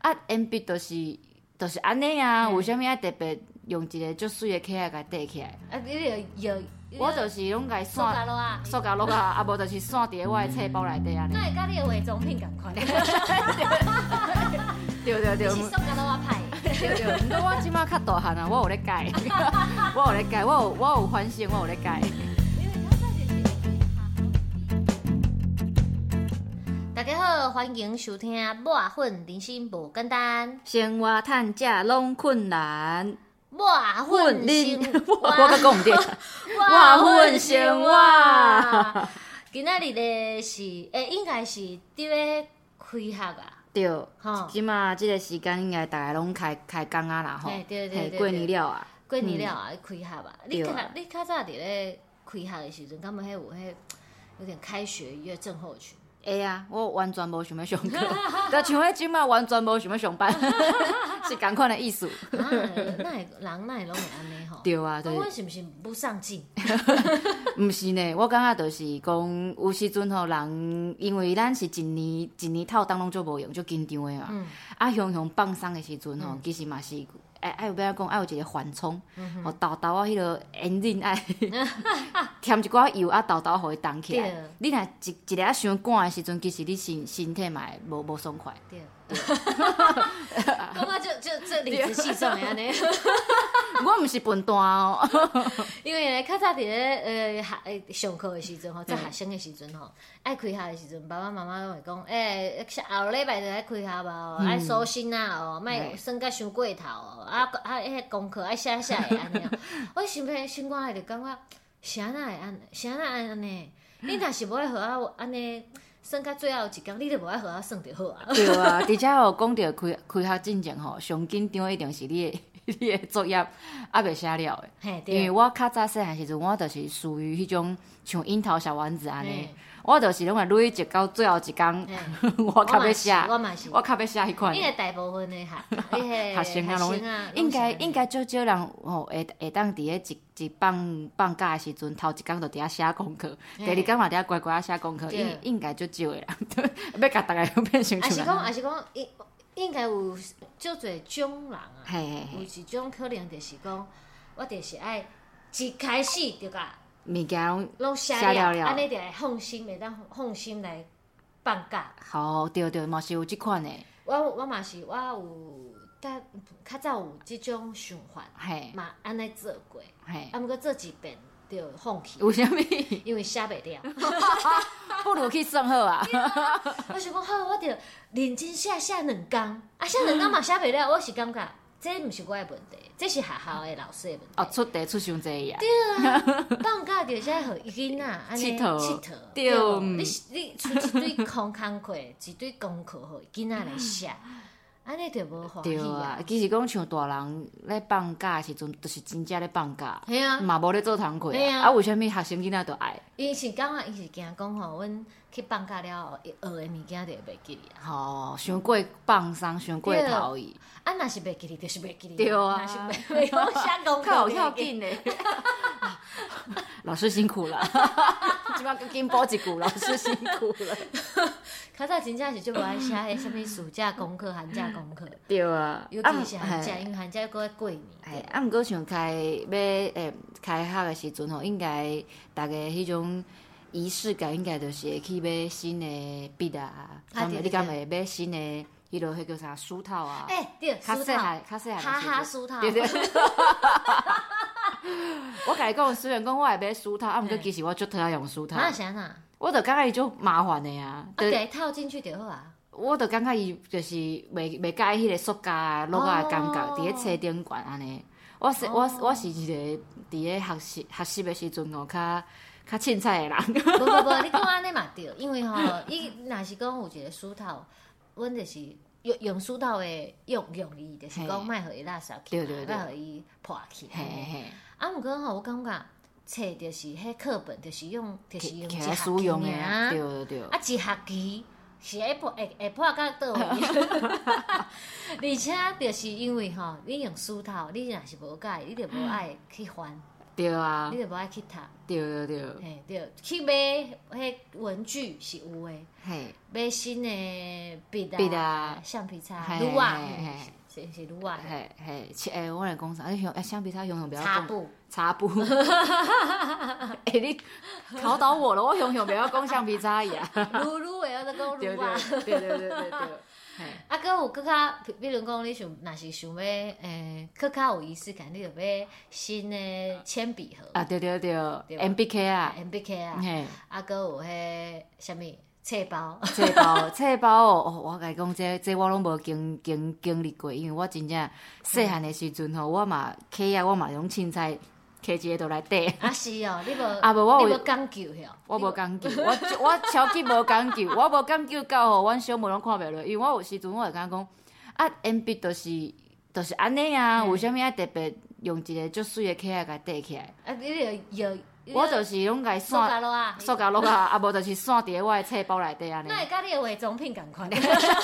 鉛笔就是安尼啊，为什么爱特别用一个足水的起来甲缀起来？ 你有我就是拢甲伊塑胶落啊， 塑胶落啊，啊无就是散伫我的册包内底安尼。 那会甲你的化妆品共款。 对， 是塑胶落啊派。 对，毋过我即马较大汉啊，我有咧改，我有反省，我有咧改。 大家好，欢迎收听《抹粉人生无简单》， 生活趁食拢困难。 抹粉生活， 我甲讲毋对，抹粉生活。 今仔日咧是，应该是伫咧开学啊。 对，即马即个时间应该大家拢开工啊啦吼。 对， 过年了啊。 过年了啊，开学啊。你较早伫咧开学的时阵，敢有迄有点开学月症候群？ 会啊，我完全无想要上课，就像迄即马完全无想要上班，是同款的意思。 那会拢会安尼吼？ 对啊，对。 阮是毋是不上进？ 毋是呢，我感觉就是讲，有时阵吼人，因为咱是一年透当拢做无用，做紧张的嘛。啊，向放松的时阵吼，其实嘛是。爱有要讲，爱有一个缓冲，互豆豆啊，迄个烟瘾爱添一寡油啊，豆豆互伊动起来。你若一个啊伤赶的时阵，其实你身体嘛会无爽快。 对，感觉就这理直气壮的安尼。 我毋是笨蛋哦， 因为咧，较早伫咧上课的时阵吼，做学生的时阵吼，爱开学的时阵，爸爸妈妈拢会讲，后礼拜就爱开学吧，爱收心啊哦，莫算甲伤过头哦，迄功课爱写的安尼。我心肝就感觉，啥哪会安尼？你若是无爱学啊安尼。算到最后一天，你就无爱好好算就好啊。 对啊，而且吼讲到开学进前吼，上紧张一定是你的作业还袂写了的。因为我较早细汉时阵，我就是属于迄种像樱桃小丸子安尼，我就是拢会累积到最后一天，我较要写，我较要写迄款。 因为大部分的学生啊，拢应该少少人吼会当伫咧一放假的时阵，头一天就伫遐写功课，第二天嘛伫遐乖乖写功课，应该足少的人，要甲大家变成像人。 还是讲，应该有足侪种人啊，有一种可能就是讲，我就是爱一开始就甲物件拢写了，安尼就会放心，袂当放心来放假。 好，对，嘛是有即款的。 我嘛是，我有。较早有即种想法，嘛安尼做过，啊，毋过做一遍就放弃。 为什么？ 因为写袂了。 不如去算好啊！ 我想讲好，我就认真写2天，写2天嘛写袂了，我是感觉这毋是我的问题，这是学校的老师的问题。 哦，出题出伤济呀！ 对啊，放假就在互囡仔安尼佚佗。对，你出一堆空课，一堆功课互囡仔来写。安尼就无欢喜啊！ 其实讲像大人咧放假的时阵，就是真正咧放假， 系啊， 嘛无咧做堂课啊。为什么学生囡仔都爱？ 伊是感觉伊是惊讲吼，阮去放假了后，学的物件就会袂记哩啊。 吼，伤过放松，伤过头伊。 啊，若是袂记哩，就是袂记哩。 对啊， 若是袂讲写功课， 较有要紧嘞。老师辛苦了，即摆佮紧补一句，老师辛苦了。 较早真正是就无爱写迄什物暑假功课、寒假功课。 对啊， 尤其是寒假，因为寒假搁在过年。 啊，毋过像开学的时阵吼，应该大家迄种仪式感，应该就是会去买新的笔啊，你敢会买新的迄叫啥书套啊？ 对， 较细汉哈哈书套。 对。我甲你讲，虽然讲我会买书套，啊，毋过其实我足讨厌用书套。 那啥呐？ 我就感觉伊足麻烦的啊。 给套进去就好啊。 我就感觉伊就是袂介意迄个塑胶啊、落啊的感觉，伫咧册顶悬安尼。我是一个伫咧学习的时阵哦，较凊彩的人。 无，你讲安尼嘛对，因为吼，伊若是讲有一个书套，阮就是用书套的用意，就是讲莫互伊垃圾去，莫互伊破去。啊，毋过吼，我感觉。册就是迄课本，就是用一学期用的啊，对。 啊，一学期是会破到倒位，而且就是因为吼，你用书套，你若是无解，你就无爱去翻。 对啊， 你就无爱去读。 对， 嘿对，去买迄文具是有诶， 嘿， 买新诶笔啊、 橡皮擦、 嘿撸啊，是撸啊， 嘿，我来讲啥？橡皮擦用不要擦布， 擦布。你考倒我了，我用不要讲橡皮擦呀。 撸诶，我在讲撸啊。 对。 啊，搁有搁较，比如讲，你想若是想要搁较有仪式感，你就买新的铅笔盒。 啊，对，MBK 啊 ，MBK 啊，啊，搁有迄啥物册包。 册包哦，我甲你讲，这我拢无经历过，因为我真正细汉的时阵吼，我嘛摕啊，我嘛用凊彩。摕一个倒来缀。 啊是哦，你无我无讲究哟。 我无讲究，我超级无讲究，我无讲究到吼，阮小妹拢看袂落，因为我有时阵我会感觉讲，啊，鉛笔就是安尼啊，为虾米爱特别用一个足水的壳仔甲缀起来？ 啊，你就我就是拢甲伊散塑胶落啊，啊无就是散伫我的册包内底安尼。 那会甲你的化妆品共款。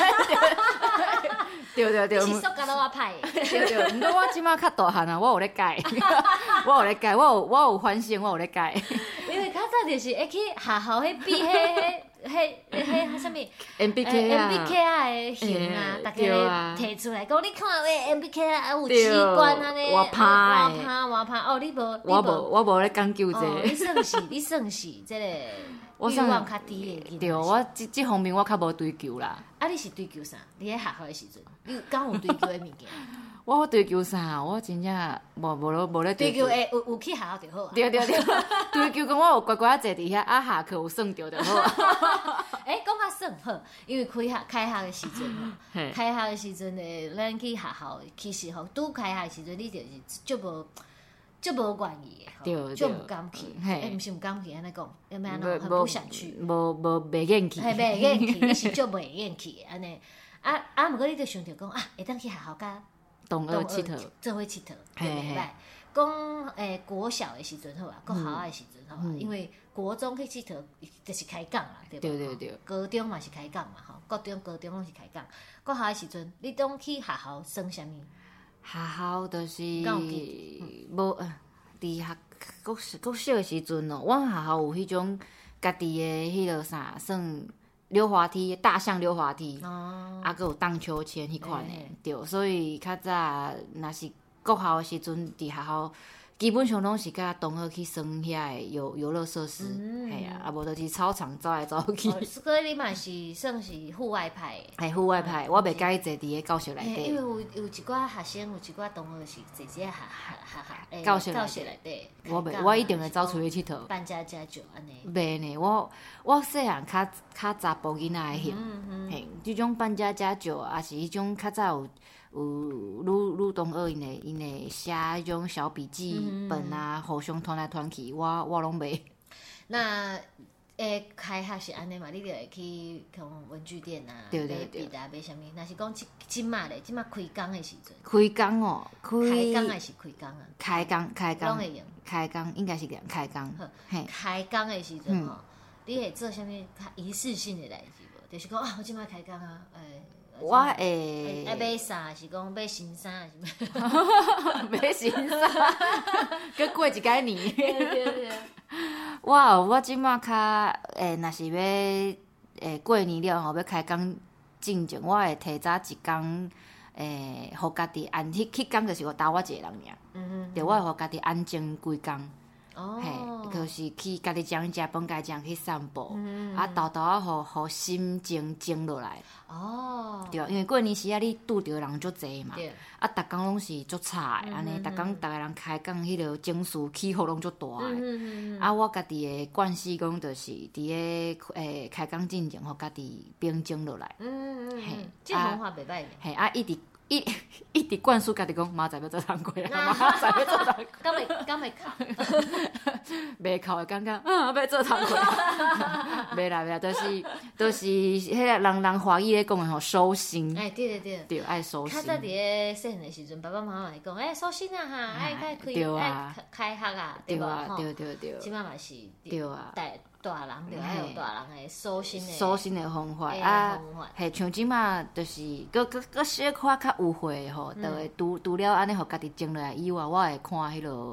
对， 你是塑胶落派的。 对，毋过我即马较大汉啊，我有咧改，我有反省，我有咧改。 因为较早就是会去学校迄比迄啥物 MBK 啊的型啊，大家摕出来讲，你看喂 MBK 啊有机关安尼， 我拍哦，你无， 我无咧讲究这个。 你算是这个欲望较低的。 对，我即方面我较无追求啦。 啊，你是追求啥？你喺学校的时阵，你敢有追求的物件？ 我追求啥？我真正无咧追求诶，有去学校就好。 对，追求讲我有乖乖坐伫遐，啊下课有算着就好。 讲较算好，因为开学的时阵开学的时阵咱去学校，其实吼拄开学的时阵，你就是足无愿意的，就毋敢去。毋是毋敢去，安尼讲，要安怎很不想去。 袂愿去。 袂愿去，你是足袂愿去安尼。毋过你就想着讲啊，会当去学校甲同学佚佗， 做伙佚佗，对袂歹。讲国小的时阵好啊，国校的时阵好啊，因为国中去佚佗就是开讲啦，对吧？ 对。 高中嘛是开讲嘛，吼，高中拢是开讲。国校的时阵，你当去学校算啥物？ 学校就是无伫国小的时阵哦，阮学校有迄种家己的迄落啥算溜滑梯，大象溜滑梯，啊，搁有荡秋千迄款的，对，所以较早若是国校的时阵伫学校。基本上拢是甲同学去耍遐游乐设施，系啊，啊无就是操场走来走去。 所以你嘛是算是户外派的。 系户外派，我袂介意坐伫个教室内底。 因为有一寡学生，有一寡同学是坐伫个教室内底。 我一定会走出去佚佗。 扮家家酒安尼。 袂呢，我细汉较查甫囡仔的型，嘿，即种扮家家酒，也是迄种较早有女同学因会写迄种小笔记本啊，互相传来传去，我拢袂。 那开学是安尼嘛？你就会去像文具店啊， 买笔啊，买啥物？若是讲即马咧，即马开工的时阵。 开工哦， 开工还是开工啊？ 开工， 拢会用。 开工应该是讲开工。 嘿，开工的时阵吼，你会做啥物仪式性的代志无？就是讲啊，我即马开工啊， 我会买衫，是讲买新衫，还是买新衫，搁过一个年。 对。 我即马较若是要过年了吼，要开工进前，我会提早一工互家己安，迄工就是我一个人尔。对，我会互家己安静规工。嘿，就是去家己食饭，家己去散步，啊，豆豆啊，互心情静落来。对，因为过年时啊，你拄着人足济嘛，啊，逐工拢是足差的，安尼，逐工逐个人开讲，迄个情绪起伏拢足大的。啊，我家己的惯势讲，就是伫个开讲进前，互家己平静落来。 嘿，这方法袂歹。 嘿，啊，一直灌输家己讲，明仔要做堂过啊，明仔要做堂过。 敢会哭？ 袂哭的感觉，要做堂过。袂啦，就是迄个人华语咧讲的吼，收心。对，爱收心。 较早伫个细汉的时阵，爸爸妈妈会讲，收心啊哈，爱开学啊，对吧？ 对。 即摆嘛是。 对啊。 大人就爱有大人的收心的方法啊，嘿，像即马就是搁小可较有会吼，就会除了安尼，互家己静落来以外，我会看迄落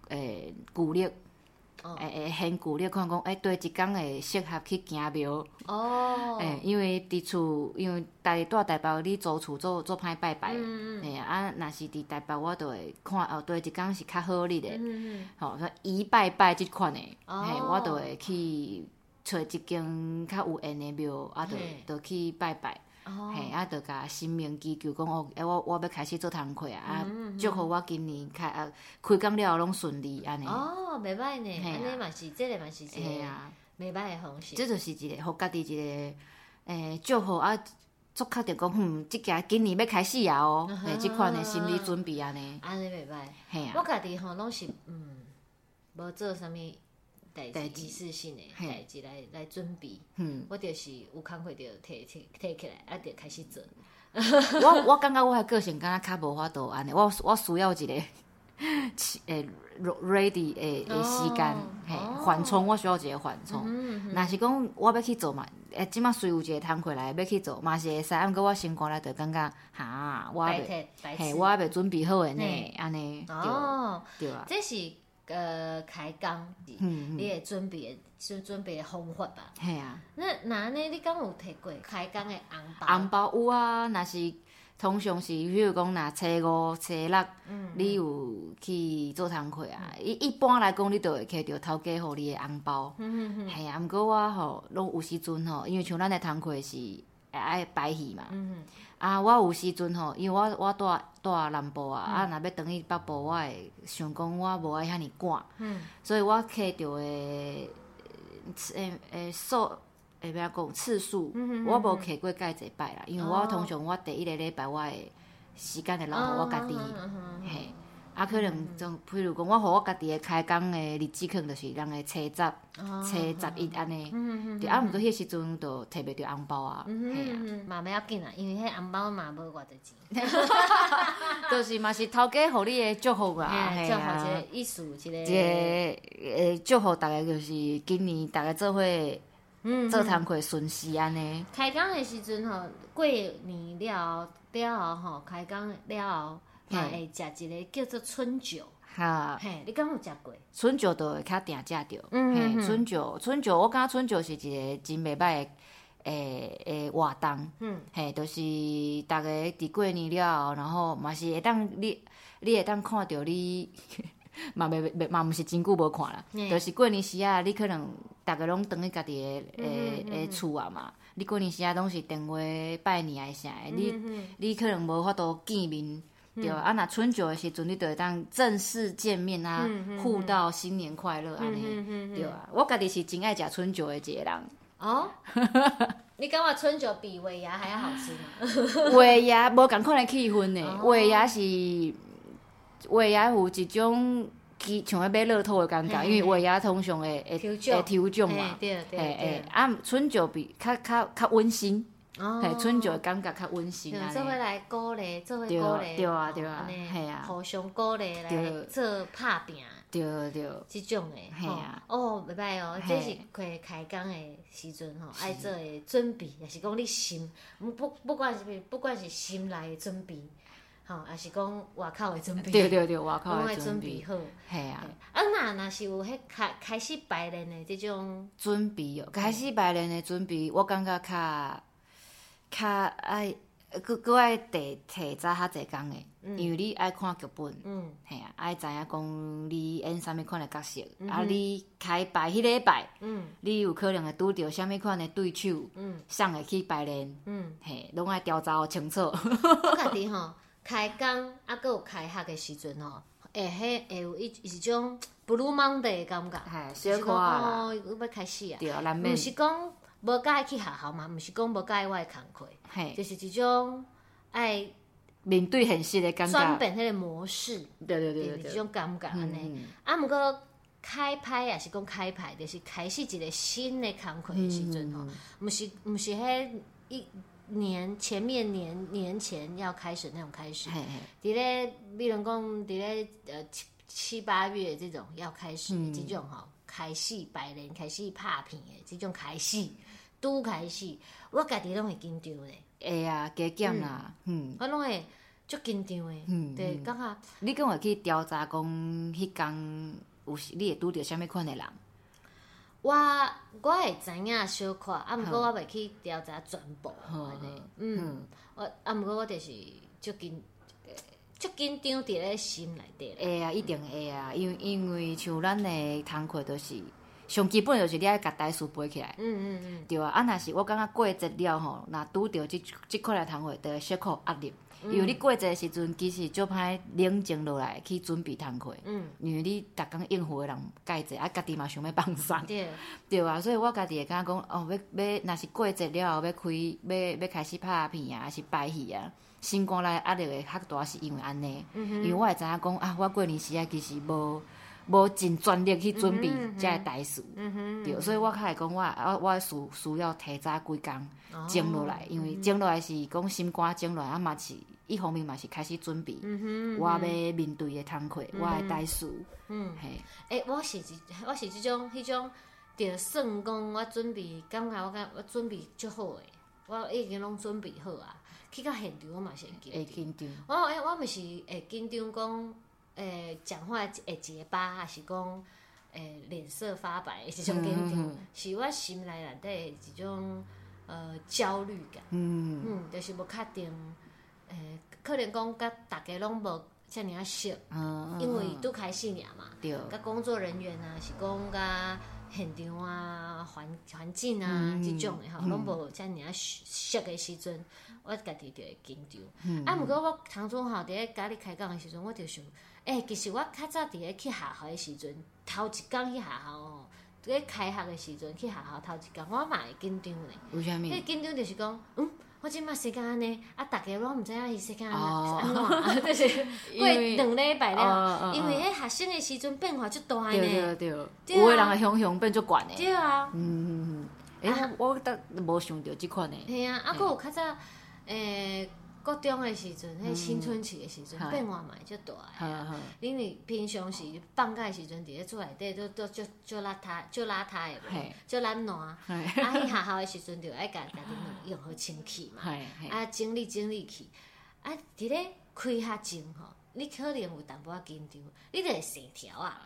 古历。会现古历看讲，对一天会适合去行庙。 哦。 因为伫厝，因为住台北，你租厝做歹拜拜。若是伫台北，我就会看对一天是较好日的。吼，宜拜拜即款的，我就会去找一间较有缘的庙，就去拜拜。就甲神明祈求讲我要开始做工课啊，祝福我今年开工了后拢顺利安尼。 哦，袂歹呢，安尼嘛是，这个嘛是一个袂歹的方式。 这就是一个，互家己一个祝福啊，足确定讲，即件今年要开始啊哦，即款的心理准备安尼。 安尼袂歹。 嘿啊。 我家己吼拢是无做啥物代志，仪式性的代志来准备。我就是有工课就摕起来，就开始做。 我感觉我的个性敢若较无法度安尼，我需要一个ready 的时间，缓冲，我需要一个缓冲。若是讲我要去做嘛，即马虽有一个工课来要去做，嘛是会使，毋过我心肝内就感觉我我还袂准备好诶呢，安尼。 哦， 对啊， 这是。开工，你会准备的方法吧？ 系啊。 那安尼，你敢有摕过开工的红包？ 红包有啊，若是通常是，比如讲，若初五、初六，你有去做工课啊？一般来讲，你就会摕到头家互你的红包。系啊，毋过我吼，拢有时阵吼，因为像咱的工课是爱摆戏嘛。我有时阵吼，因为我住南部啊，若要转去北部，我会想讲我无爱遐尼赶，所以我摕到的要安讲次数，我无摕过介济摆啦，因为我通常我第一个礼拜我会时间会留互我家己，嘿。可能种，譬如讲，我互我家己的开工的日子，可能就是人的初10、初11安尼。对，毋过迄时阵就摕袂着红包啊。嘿啊， 嘛袂要紧啊，因为迄红包嘛无偌侪钱。 就是嘛是头家互你的祝福啊， 祝福一个意思，一个祝福大家就是今年大家做伙做工课顺时安尼。 开工的时阵吼，过年了后吼，开工了后。会食一个叫做春酒，嘿，你敢有食过？ 春酒就会较定食着，嘿，春酒，我感觉春酒是一个真袂歹的活动，嘿，就是大家伫过年了后，然后嘛是会当你会当看到你，嘛毋是真久无看啦，就是过年时啊，你可能大家拢踮去家己的厝啊嘛，你过年时啊拢是电话拜年还是啥的，你可能无法度见面。对啊，若春酒的时阵，你就会当正式见面啊，互道新年快乐安尼，对啊。我家己是真爱食春酒的一个人。 哦，你感觉春酒比尾牙还要好吃吗？ 尾牙无共款的气氛呢，尾牙有一种像要买乐透的感觉，因为尾牙通常会抽奖嘛， 对。 春酒比较温馨。春酒的感觉较温馨啊！ 做伙来鼓励， 对啊，系啊， 互相鼓励来做拍拼， 对， 即种的， 系啊， 袂歹哦，这是开工的时阵吼，爱做的准备，也是讲你心，不管是心内的准备，吼，也是讲外口的准备， 对，外口的准备好， 系啊。 若是有迄开始排练的这种准备哦，开始排练的准备，我感觉较爱，佫爱提早较侪工诶，因为你爱看剧本，嘿啊，爱知影讲你演啥物款诶角色，你开排迄礼拜，你有可能会拄着啥物款诶对手，上会去排练，嘿，拢爱调查清楚。 我家己吼开工佫有开学诶时阵吼，会有一种 Blue Monday 诶感觉， 小可啊， 要开始啊， 对，难免。 毋是讲无介意去学校嘛，毋是讲无介意我的工课，就是一种爱面对现实的感觉， 转变迄个模式， 对， 这种感觉安尼。毋过开拍也是讲开拍，就是开始一个新的工课的时阵吼，毋是迄前面年前要开始那种开始，伫咧比如讲伫咧7、8月这种要开始的这种吼，开始排练、开始拍片的这种开始。拄开始，我家己拢会紧张咧。 会啊，加减啦， 我拢会足紧张的，对，感觉。 你敢会去调查讲，迄天你会拄着啥物款的人？ 我会知影小可，啊，毋过我袂去调查全部安尼。毋过我就是足紧张伫咧心内底。 会啊，一定会啊，因为像咱的工课就是。上基本就是你爱甲台词背起来，对啊。若是我感觉过节了吼，若拄着即款的堂会，就会小可压力。因为你过节的时阵，其实足歹冷静落来去准备堂课，因为你逐工应付的人介济，啊，家己嘛想要放松，对啊。所以我家己会感觉讲，哦，要若是过节了后要开始拍片啊，还是排戏啊，心肝内压力会较大，是因为安尼。因为我会知影讲啊，我过年时啊，其实无真全力去准备遮个台词，对，所以我较会讲我需要提早几工静落来，因为静落来是讲心肝静落来，啊嘛是一方面嘛是开始准备我要面对的堂课，我的台词， 嘿，我是迄种，着算讲我准备，感觉我准备足好诶，我已经拢准备好啊，去到现场我嘛是会紧张，我嘛是会紧张讲。讲话会结巴，还是讲脸色发白，这种紧张，是我心内底一种焦虑感。就是无确定，可能讲甲大家拢无遮尔啊熟，因为拄开始尔嘛，甲工作人员啊，是讲甲现场啊、环境啊这种的吼，拢无遮尔啊熟的时阵，我家己就会紧张。毋过我当初吼伫咧甲你开讲的时阵，我就想。其实我较早伫咧去学校的时阵，头一工去学校吼，伫咧开学的时阵去学校头一工，我嘛会紧张咧。 为虾米？ 迄紧张就是讲，我即摆生囝安尼，啊，大家拢毋知影伊生囝安怎，就是过2礼拜了，因为迄学生的时阵变化足大呢。 对，有的人会雄变足悬的。 对啊。 我无想到即款的。 系啊，啊，佫有较早国中的时阵，迄青春期的时阵，变化嘛足大个。因为平常时放假的时阵，伫咧厝内底都足邋遢的，足懒惰。啊，去学校的时阵，就爱家己用好清气嘛，啊，整理去。啊，伫咧开学前吼，你可能有淡薄仔紧张，你就会洗条啊。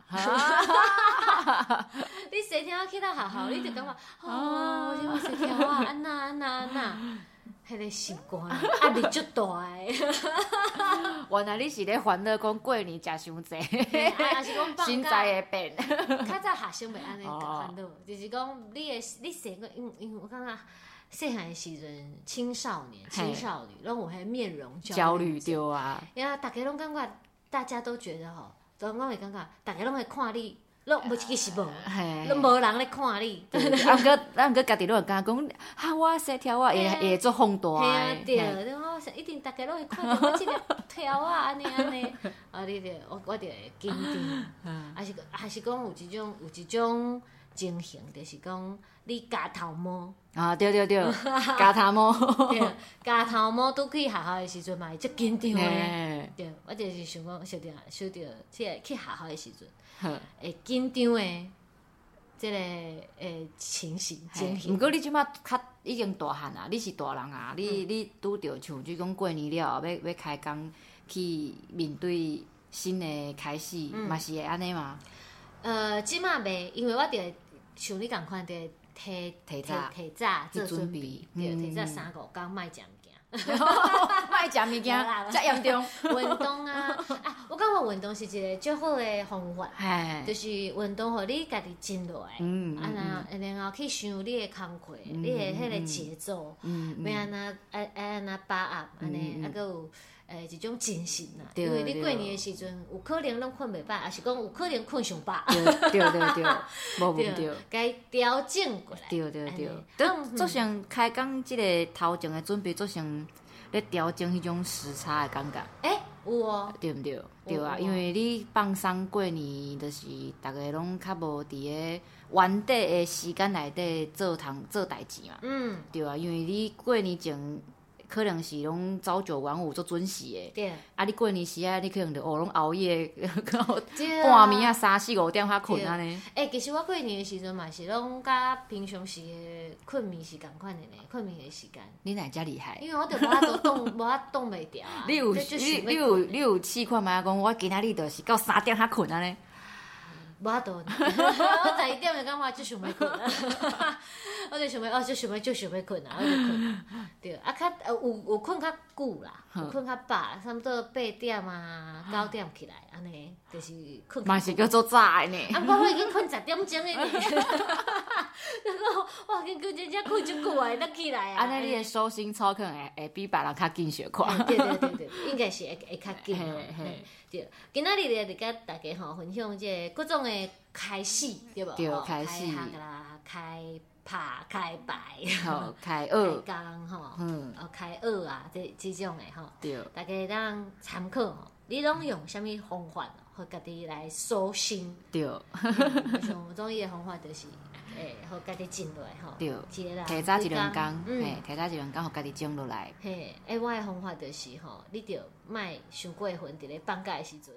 你洗条去到学校，你就感觉我即摆洗条啊，安那。迄个习惯压力足大诶。 原来你是咧烦恼讲过年食伤济， 还是讲放假心态会变。 较早学生袂安尼烦恼，就是讲你生个，因为我感觉细汉诶时阵，青少年、青少女拢有迄面容焦虑对啊。 因为大家拢感觉，大家都觉得吼，我会感觉，大家拢会看你。拢无其实无，拢无人咧看你。 咱家己拢会感觉讲，哈，我洗条啊，会做放大诶。啊，对，我一定大家拢会看到我即个条啊，安尼。啊，你着我着会紧张，还是讲有一种情形，就是讲你夹头毛。 啊，对，夹头毛。 对，夹头毛拄去学校的时阵嘛，会足紧张诶。对，我就是想讲，想着即个去学校的时阵。会紧张的，即个情形。 毋过你即摆较已经大汉啊，你是大人啊，你拄着像就讲过年了，要开工去面对新的开始，嘛是会安尼嘛？ 即摆袂，因为我着像你共款着提早做准备，对，提早3-5工莫食物件。 莫食物件，遮严重。 运动啊，我感觉运动是一个足好的方法，就是运动，互你家己静落来，然后去想你的工课，你的迄个节奏，要安那把握，安尼，还佫有一种精神啦。因为你过年的时阵，有可能拢困袂饱，也是讲有可能困上饱。 对，无对， 该调整过来。 对，做像开工即个头前的准备，做像咧调整迄种时差的感觉。 有哦， 对毋对？对啊，因为你放松过年，就是大家拢较无伫咧原地的时间内底做代志嘛。对啊，因为你过年前可能是拢朝九晚五做准时的。 对。 啊，你过年时啊，你可能就拢熬夜， 对半暝啊3、4、5点才困安尼。 其实我过年的时阵嘛是拢甲平常时的困眠是共款的呢，困眠的时间。 你哪遮厉害？ 因为我就无法度冻，无法冻袂掉啊。 你有试看卖讲，我今仔日就是到3点才困安尼。 无法度，我11点就感觉就想要困啊，我就想要困啊，我就困。对，啊，有困较久啦，有困较饱，差不多8点啊9点起来，安尼就是困。 嘛是叫做早的呢。 啊，我已经困10点钟的呢。我已经真困足久啊，才起来啊。 安尼你的收心操可能会比别人较紧血快。 对，应该是会较紧哦。对，今仔日咧就甲大家吼分享这各种的开始，对无？ 对，开始。 开学啦，开拍、开白， 吼，开学， 开工吼，开学啊，这种的吼， 对， 大家当参考吼。你拢用啥物方法，互家己来收心？ 对， 像中医的方法就是。互家己静落来吼， 对，提早一两工，提早一两工，互家己静落来。 嘿，我的方法就是吼，你着莫伤过分，伫咧放假的时阵，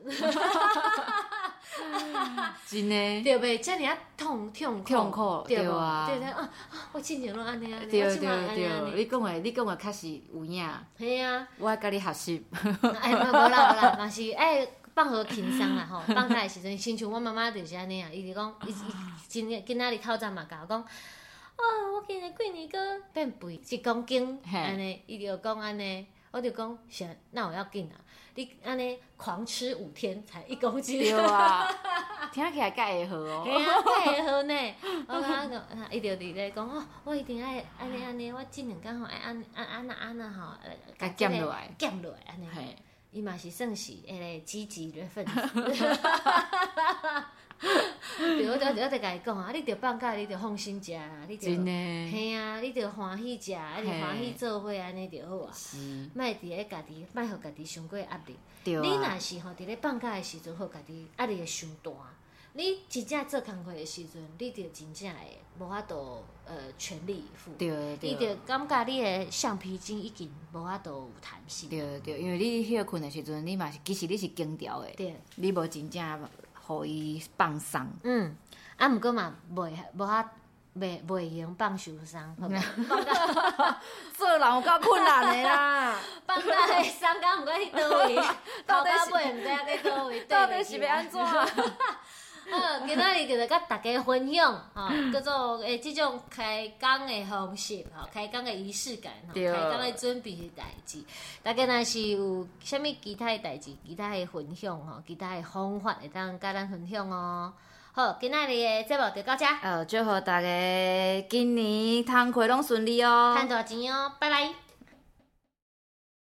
真的， 对袂？遮尔啊痛苦， 对啊， 对啊，我亲像拢安尼啊， 对，你讲的确实有影。 系啊， 我爱甲你学习。 无啦，嘛是放好轻松啦吼，放假的时阵，亲像我妈妈就是安尼啊，伊就讲，伊今仔日透早嘛甲我讲，我今日过年个变肥1公斤，安尼，伊就讲安尼，我就讲，那有要紧啊，你安尼狂吃5天才1公斤， 对啊，听起来介会好哦， 嘿啊，介会好呢，我讲，伊就伫咧讲，我一定爱安尼，我这2天吼爱安那吼， 甲减落来， 安尼。伊嘛是算是积极的分子，对，我就甲伊讲啊，你着放假，你着放心食啊，你着，嘿啊，你着欢喜食，啊，你欢喜做伙安尼着好啊，莫伫咧家己，莫互家己伤过压力。你若是吼伫咧放假的时阵，互家己压力会伤大。你真正做工课的时阵，你着真正会无法度全力以赴。 对， 你着感觉你的橡皮筋已经无法度有弹性。 对，因为你休困的时阵，你嘛是其实你是紧调的。对。你无真正互伊放松。 啊，毋过嘛，袂用放受伤，好无？ 做人有够困难的啦。 放假会伤到毋过去倒位，到尾毋知影去倒位。 到底是要安怎？ 今仔日就是甲大家分享吼，叫做即种开工的方式吼，开工的仪式感吼，开工的准备的代志。大家若是有啥物其他的代志、其他的分享吼、其他的方法会当甲咱分享哦。好，今仔日的节目就到这。 祝福大家今年通课拢顺利哦， 赚大钱哦，拜拜。